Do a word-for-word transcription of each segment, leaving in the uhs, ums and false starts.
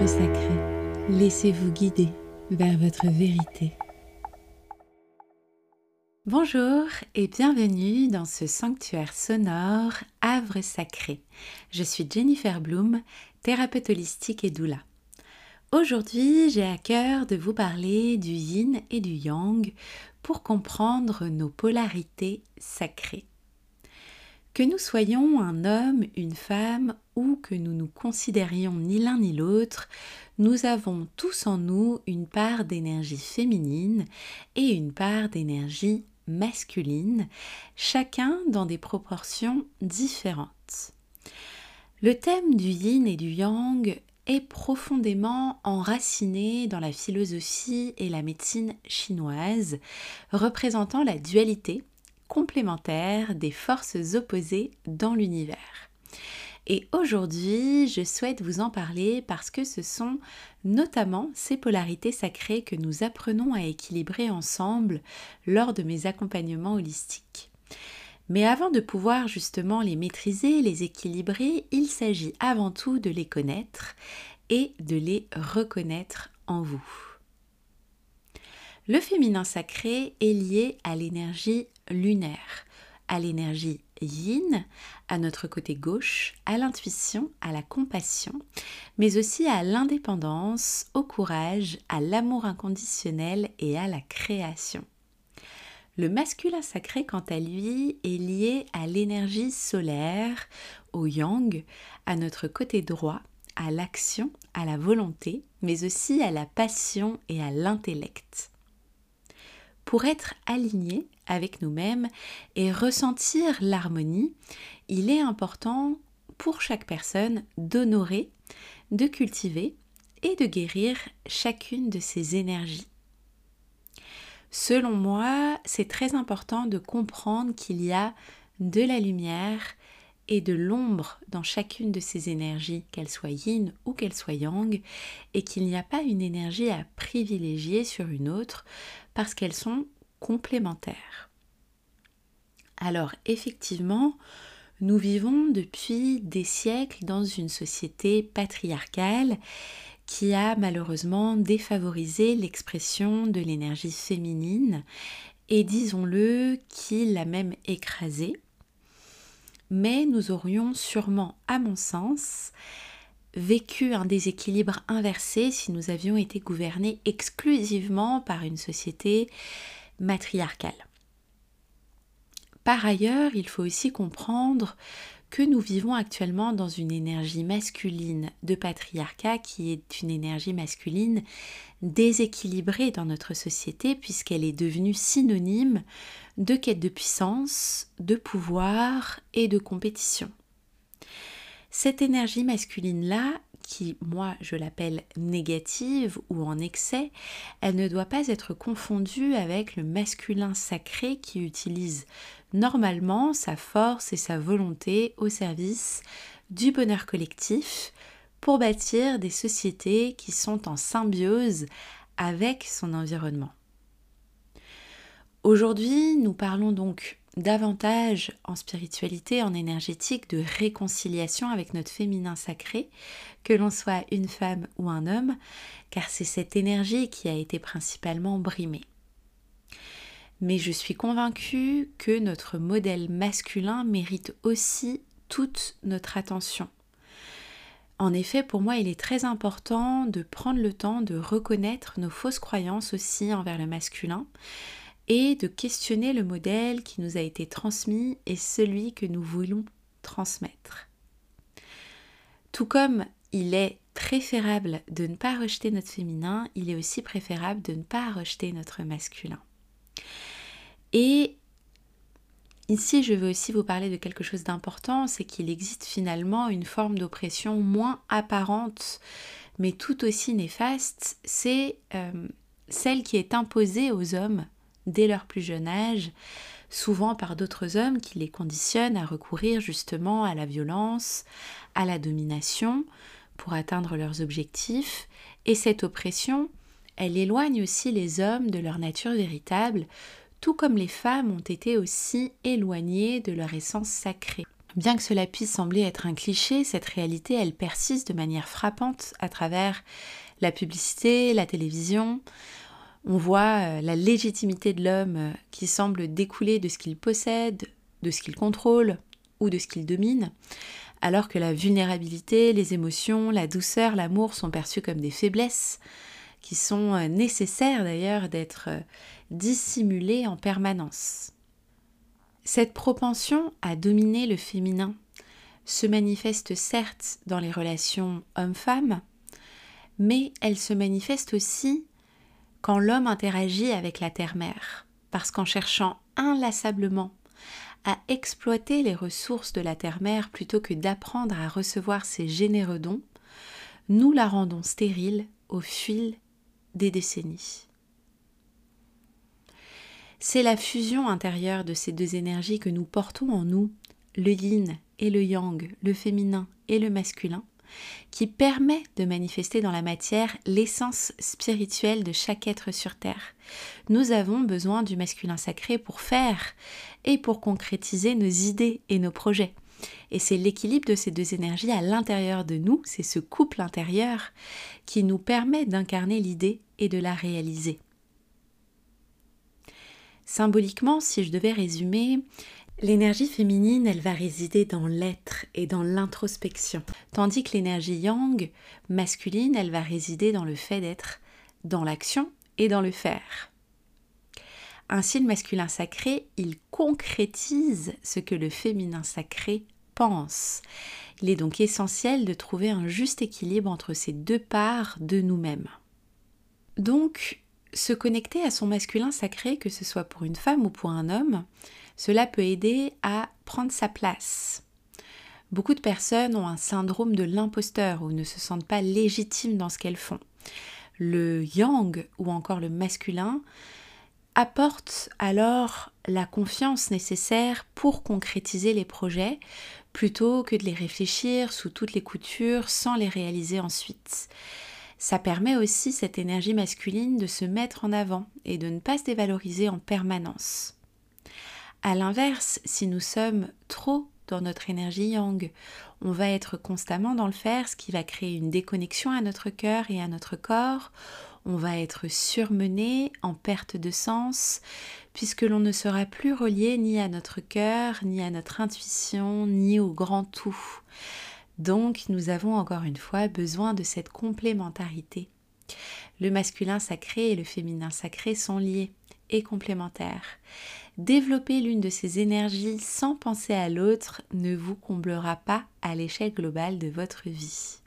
Havre sacré, laissez-vous guider vers votre vérité. Bonjour et bienvenue dans ce sanctuaire sonore Havre sacré. Je suis Jennifer Bloom, thérapeute holistique et doula. Aujourd'hui, j'ai à cœur de vous parler du yin et du yang pour comprendre nos polarités sacrées. Que nous soyons un homme, une femme ou que nous nous considérions ni l'un ni l'autre, nous avons tous en nous une part d'énergie féminine et une part d'énergie masculine, chacun dans des proportions différentes. Le thème du yin et du yang est profondément enraciné dans la philosophie et la médecine chinoise, représentant la dualité complémentaire des forces opposées dans l'univers. Et aujourd'hui, je souhaite vous en parler parce que ce sont notamment ces polarités sacrées que nous apprenons à équilibrer ensemble lors de mes accompagnements holistiques. Mais avant de pouvoir justement les maîtriser, les équilibrer, il s'agit avant tout de les connaître et de les reconnaître en vous. Le féminin sacré est lié à l'énergie lunaire, à l'énergie yin, à notre côté gauche, à l'intuition, à la compassion, mais aussi à l'indépendance, au courage, à l'amour inconditionnel et à la création. Le masculin sacré, quant à lui, est lié à l'énergie solaire, au yang, à notre côté droit, à l'action, à la volonté, mais aussi à la passion et à l'intellect. Pour être aligné avec nous-mêmes et ressentir l'harmonie, il est important pour chaque personne d'honorer, de cultiver et de guérir chacune de ces énergies. Selon moi, c'est très important de comprendre qu'il y a de la lumière et de l'ombre dans chacune de ces énergies, qu'elles soient yin ou qu'elles soient yang, et qu'il n'y a pas une énergie à privilégier sur une autre parce qu'elles sont complémentaires. Alors effectivement, nous vivons depuis des siècles dans une société patriarcale qui a malheureusement défavorisé l'expression de l'énergie féminine et disons-le, qui l'a même écrasée. Mais nous aurions sûrement, à mon sens, vécu un déséquilibre inversé si nous avions été gouvernés exclusivement par une société matriarcale. Par ailleurs, il faut aussi comprendre que nous vivons actuellement dans une énergie masculine de patriarcat qui est une énergie masculine déséquilibrée dans notre société puisqu'elle est devenue synonyme de quête de puissance, de pouvoir et de compétition. Cette énergie masculine-là, qui moi je l'appelle négative ou en excès, elle ne doit pas être confondue avec le masculin sacré qui utilise normalement sa force et sa volonté au service du bonheur collectif pour bâtir des sociétés qui sont en symbiose avec son environnement. Aujourd'hui, nous parlons donc davantage en spiritualité, en énergétique, de réconciliation avec notre féminin sacré, que l'on soit une femme ou un homme, car c'est cette énergie qui a été principalement brimée. Mais je suis convaincue que notre modèle masculin mérite aussi toute notre attention. En effet, pour moi, il est très important de prendre le temps de reconnaître nos fausses croyances aussi envers le masculin, et de questionner le modèle qui nous a été transmis et celui que nous voulons transmettre. Tout comme il est préférable de ne pas rejeter notre féminin, il est aussi préférable de ne pas rejeter notre masculin. Et ici, je veux aussi vous parler de quelque chose d'important, c'est qu'il existe finalement une forme d'oppression moins apparente, mais tout aussi néfaste, c'est euh, celle qui est imposée aux hommes dès leur plus jeune âge, souvent par d'autres hommes qui les conditionnent à recourir justement à la violence, à la domination pour atteindre leurs objectifs. Et cette oppression, elle éloigne aussi les hommes de leur nature véritable, tout comme les femmes ont été aussi éloignées de leur essence sacrée. Bien que cela puisse sembler être un cliché, cette réalité, elle persiste de manière frappante à travers la publicité, la télévision. On voit la légitimité de l'homme qui semble découler de ce qu'il possède, de ce qu'il contrôle ou de ce qu'il domine, alors que la vulnérabilité, les émotions, la douceur, l'amour sont perçus comme des faiblesses qui sont nécessaires d'ailleurs d'être dissimulées en permanence. Cette propension à dominer le féminin se manifeste certes dans les relations homme-femme, mais elle se manifeste aussi quand l'homme interagit avec la terre-mère, parce qu'en cherchant inlassablement à exploiter les ressources de la terre-mère plutôt que d'apprendre à recevoir ses généreux dons, nous la rendons stérile au fil des décennies. C'est la fusion intérieure de ces deux énergies que nous portons en nous, le yin et le yang, le féminin et le masculin, qui permet de manifester dans la matière l'essence spirituelle de chaque être sur Terre. Nous avons besoin du masculin sacré pour faire et pour concrétiser nos idées et nos projets. Et c'est l'équilibre de ces deux énergies à l'intérieur de nous, c'est ce couple intérieur qui nous permet d'incarner l'idée et de la réaliser. Symboliquement, si je devais résumer, l'énergie féminine, elle va résider dans l'être et dans l'introspection, tandis que l'énergie yang, masculine, elle va résider dans le fait d'être dans l'action et dans le faire. Ainsi, le masculin sacré, il concrétise ce que le féminin sacré pense. Il est donc essentiel de trouver un juste équilibre entre ces deux parts de nous-mêmes. Donc, se connecter à son masculin sacré, que ce soit pour une femme ou pour un homme, cela peut aider à prendre sa place. Beaucoup de personnes ont un syndrome de l'imposteur ou ne se sentent pas légitimes dans ce qu'elles font. Le yang ou encore le masculin apporte alors la confiance nécessaire pour concrétiser les projets plutôt que de les réfléchir sous toutes les coutures sans les réaliser ensuite. Ça permet aussi, cette énergie masculine, de se mettre en avant et de ne pas se dévaloriser en permanence. À l'inverse, si nous sommes trop dans notre énergie yang, on va être constamment dans le faire, ce qui va créer une déconnexion à notre cœur et à notre corps. On va être surmené, en perte de sens, puisque l'on ne sera plus relié ni à notre cœur, ni à notre intuition, ni au grand tout. Donc, nous avons encore une fois besoin de cette complémentarité. Le masculin sacré et le féminin sacré sont liés et complémentaires. Développer l'une de ces énergies sans penser à l'autre ne vous comblera pas à l'échelle globale de votre vie.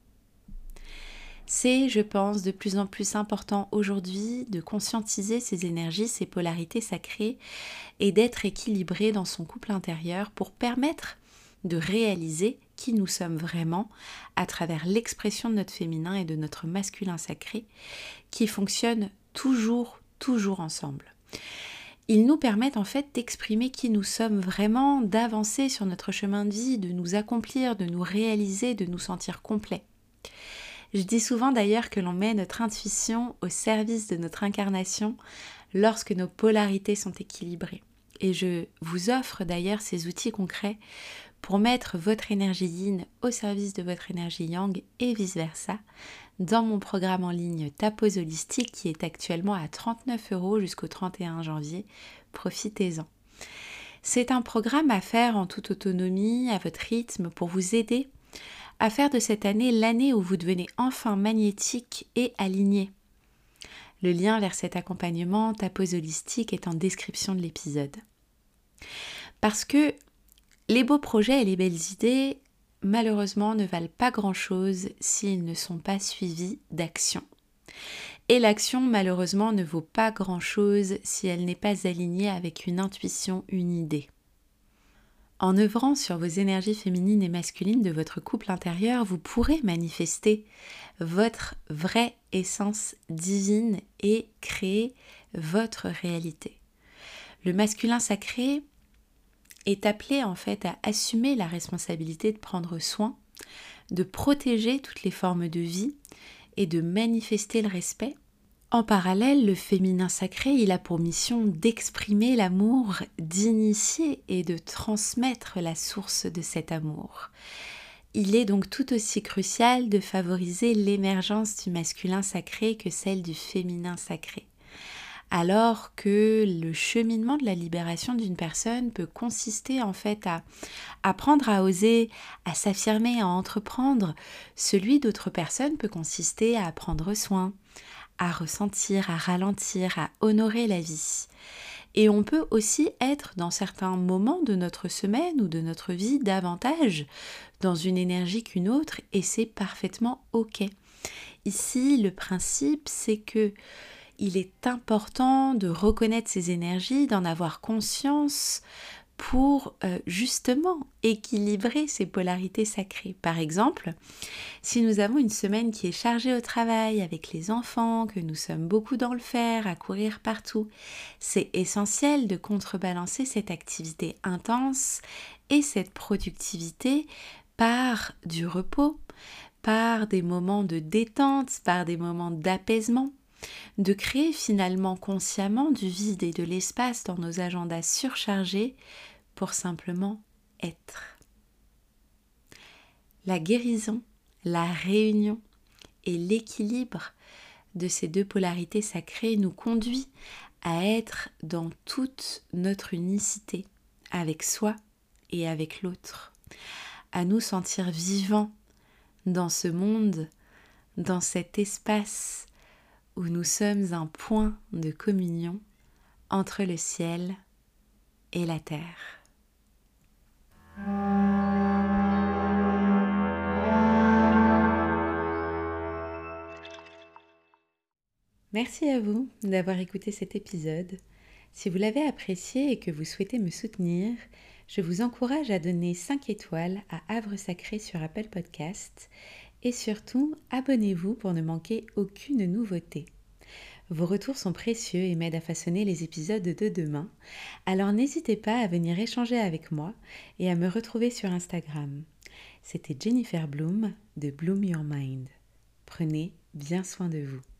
C'est, je pense, de plus en plus important aujourd'hui de conscientiser ces énergies, ces polarités sacrées et d'être équilibré dans son couple intérieur pour permettre de réaliser qui nous sommes vraiment à travers l'expression de notre féminin et de notre masculin sacré qui fonctionnent toujours, toujours ensemble. Ils nous permettent en fait d'exprimer qui nous sommes vraiment, d'avancer sur notre chemin de vie, de nous accomplir, de nous réaliser, de nous sentir complets. Je dis souvent d'ailleurs que l'on met notre intuition au service de notre incarnation lorsque nos polarités sont équilibrées. Et je vous offre d'ailleurs ces outils concrets pour mettre votre énergie yin au service de votre énergie yang et vice-versa dans mon programme en ligne Ta Pause Holistique qui est actuellement à trente-neuf euros jusqu'au trente et un janvier. Profitez-en. C'est un programme à faire en toute autonomie, à votre rythme, pour vous aider à faire de cette année l'année où vous devenez enfin magnétique et aligné. Le lien vers cet accompagnement Ta Pause Holistique est en description de l'épisode. Parce que les beaux projets et les belles idées, malheureusement, ne valent pas grand-chose s'ils ne sont pas suivis d'action. Et l'action, malheureusement, ne vaut pas grand-chose si elle n'est pas alignée avec une intuition, une idée. En œuvrant sur vos énergies féminines et masculines de votre couple intérieur, vous pourrez manifester votre vraie essence divine et créer votre réalité. Le masculin sacré est appelé en fait à assumer la responsabilité de prendre soin, de protéger toutes les formes de vie et de manifester le respect En parallèle, le féminin sacré, il a pour mission d'exprimer l'amour, d'initier et de transmettre la source de cet amour. Il est donc tout aussi crucial de favoriser l'émergence du masculin sacré que celle du féminin sacré. Alors que le cheminement de la libération d'une personne peut consister en fait à apprendre à oser, à s'affirmer, à entreprendre, celui d'autres personnes peut consister à prendre soin, à ressentir, à ralentir, à honorer la vie. Et on peut aussi être dans certains moments de notre semaine ou de notre vie davantage dans une énergie qu'une autre et c'est parfaitement ok. Ici, le principe, c'est que il est important de reconnaître ces énergies, d'en avoir conscience pour euh, justement équilibrer ces polarités sacrées. Par exemple, si nous avons une semaine qui est chargée au travail avec les enfants, que nous sommes beaucoup dans le faire, à courir partout, c'est essentiel de contrebalancer cette activité intense et cette productivité par du repos, par des moments de détente, par des moments d'apaisement, de créer finalement consciemment du vide et de l'espace dans nos agendas surchargés pour simplement être. La guérison, la réunion et l'équilibre de ces deux polarités sacrées nous conduit à être dans toute notre unicité avec soi et avec l'autre, à nous sentir vivants dans ce monde, dans cet espace où nous sommes un point de communion entre le ciel et la terre. Merci à vous d'avoir écouté cet épisode. Si vous l'avez apprécié et que vous souhaitez me soutenir, je vous encourage à donner cinq étoiles à Havre Sacré sur Apple Podcast et surtout, abonnez-vous pour ne manquer aucune nouveauté. Vos retours sont précieux et m'aident à façonner les épisodes de demain, alors n'hésitez pas à venir échanger avec moi et à me retrouver sur Instagram. C'était Jennifer Bloom de Bloom Your Mind. Prenez bien soin de vous.